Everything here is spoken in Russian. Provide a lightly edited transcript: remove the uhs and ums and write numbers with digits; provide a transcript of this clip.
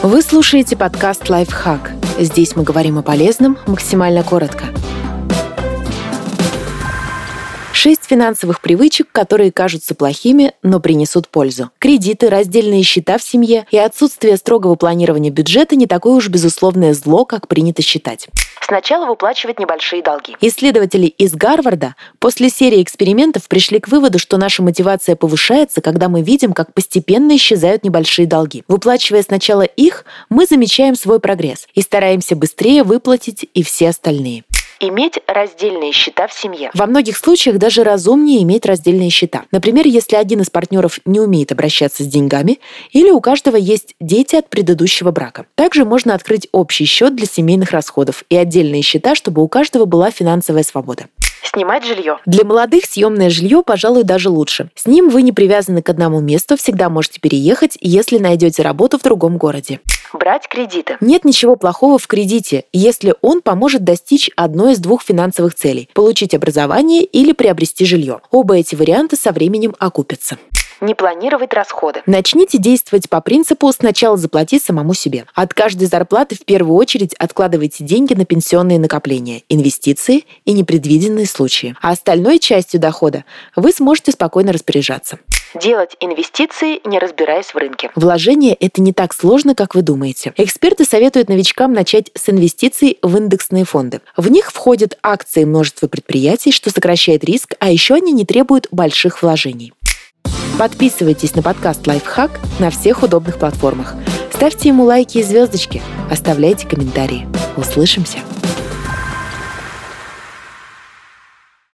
Вы слушаете подкаст «Лайфхак». Здесь мы говорим о полезном максимально коротко. 6 финансовых привычек, которые кажутся плохими, но принесут пользу. Кредиты, раздельные счета в семье и отсутствие строгого планирования бюджета не такое уж безусловное зло, как принято считать. Сначала выплачивать небольшие долги. Исследователи из Гарварда после серии экспериментов пришли к выводу, что наша мотивация повышается, когда мы видим, как постепенно исчезают небольшие долги. Выплачивая сначала их, мы замечаем свой прогресс и стараемся быстрее выплатить и все остальные. Иметь раздельные счета в семье. Во многих случаях даже разумнее иметь раздельные счета. Например, если один из партнеров не умеет обращаться с деньгами или у каждого есть дети от предыдущего брака. Также можно открыть общий счет для семейных расходов и отдельные счета, чтобы у каждого была финансовая свобода. Снимать жилье. Для молодых съемное жилье, пожалуй, даже лучше. С ним вы не привязаны к одному месту, всегда можете переехать, если найдете работу в другом городе. Брать кредиты. Нет ничего плохого в кредите, если он поможет достичь одной из двух финансовых целей – получить образование или приобрести жилье. Оба эти варианта со временем окупятся. Не планировать расходы. Начните действовать по принципу «сначала заплати самому себе». От каждой зарплаты в первую очередь откладывайте деньги на пенсионные накопления, инвестиции и непредвиденные случаи. А остальной частью дохода вы сможете спокойно распоряжаться. Делать инвестиции, не разбираясь в рынке. Вложение – это не так сложно, как вы думаете. Эксперты советуют новичкам начать с инвестиций в индексные фонды. В них входят акции множества предприятий, что сокращает риск, а еще они не требуют больших вложений. Подписывайтесь на подкаст «Лайфхак» на всех удобных платформах. Ставьте ему лайки и звездочки. Оставляйте комментарии. Услышимся!